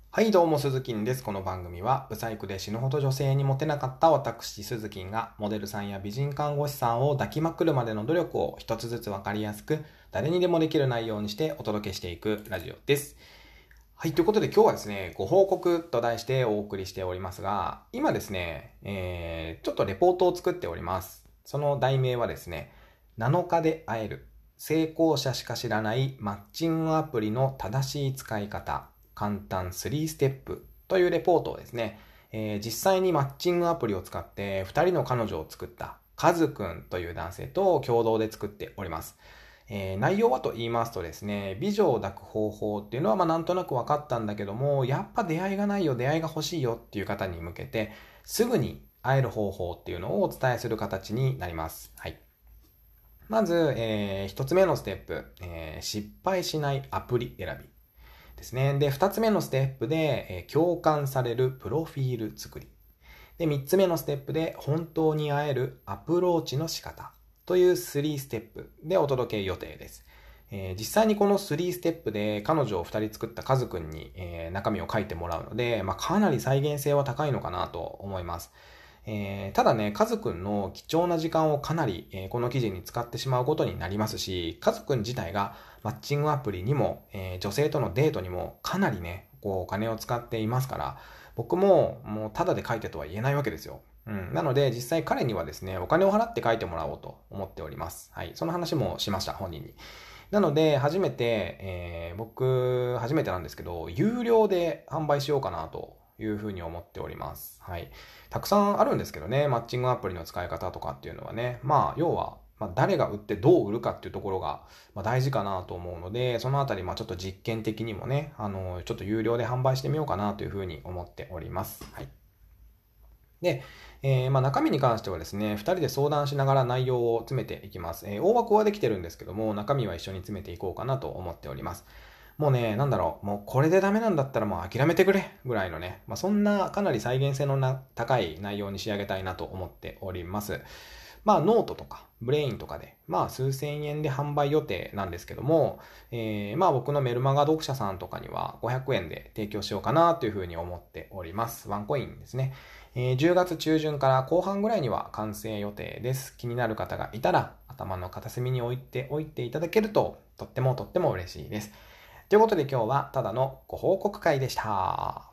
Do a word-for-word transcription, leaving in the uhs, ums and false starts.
はい、どうも、鈴木です。この番組は、ブサイクで死ぬほど女性にモテなかった私、鈴木が、モデルさんや美人看護師さんを抱きまくるまでの努力を一つずつわかりやすく、誰にでもできる内容にしてお届けしていくラジオです。はい、ということで今日はですね、ご報告と題してお送りしておりますが、今ですね、えー、ちょっとレポートを作っております。その題名はですね、なのかで会える、成功者しか知らないマッチングアプリの正しい使い方、簡単スリーステップというレポートをですね、えー実際にマッチングアプリを使ってふたりの彼女を作ったカズくんという男性と共同で作っております。えー内容はと言いますとですね、美女を抱く方法っていうのはまあなんとなく分かったんだけども、やっぱ出会いがないよ、出会いが欲しいよっていう方に向けて、すぐに会える方法っていうのをお伝えする形になります。はい。まず、えー一つ目のステップ、えー失敗しないアプリ選びですね。で、二つ目のステップで、えー共感されるプロフィール作り。で、三つ目のステップで、本当に会えるアプローチの仕方というスリーステップでお届け予定です。えー実際にこのスリーステップで彼女をふたり作ったカズくんに、えー中身を書いてもらうので、まあ、かなり再現性は高いのかなと思います。えーただね、カズくんの貴重な時間をかなり、えーこの記事に使ってしまうことになりますし、カズくん自体がマッチングアプリにも、えー女性とのデートにもかなりね、こうお金を使っていますから、僕ももうタダで書いてとは言えないわけですよ。うん。なので、実際彼にはですね、お金を払って書いてもらおうと思っております。はい。その話もしました、本人に。なので、初めて、えー僕、初めてなんですけど、有料で販売しようかなというふうに思っております。はい。たくさんあるんですけどね、マッチングアプリの使い方とかっていうのはね、まあ、要は、まあ、誰が売ってどう売るかっていうところが、まあ、大事かなと思うので、そのあたり、まあ、ちょっと実験的にもね、あの、ちょっと有料で販売してみようかなというふうに思っております。はい。で、えーまあ、中身に関してはですね、ふたりで相談しながら内容を詰めていきます。えー大枠はできてるんですけども、中身は一緒に詰めていこうかなと思っております。もうね、なんだろう、もうこれでダメなんだったらもう諦めてくれぐらいのね、まあ、そんなかなり再現性のな高い内容に仕上げたいなと思っております。まあ、ノートとか、ブレインとかで、まあ、数千円で販売予定なんですけども、えー、まあ、僕のメルマガ読者さんとかにはごひゃくえんで提供しようかなというふうに思っております。ワンコインですね。えー、じゅうがつ中旬から後半ぐらいには完成予定です。気になる方がいたら、頭の片隅に置いておいていただけると、とってもとっても嬉しいです。ということで今日はただのご報告会でした。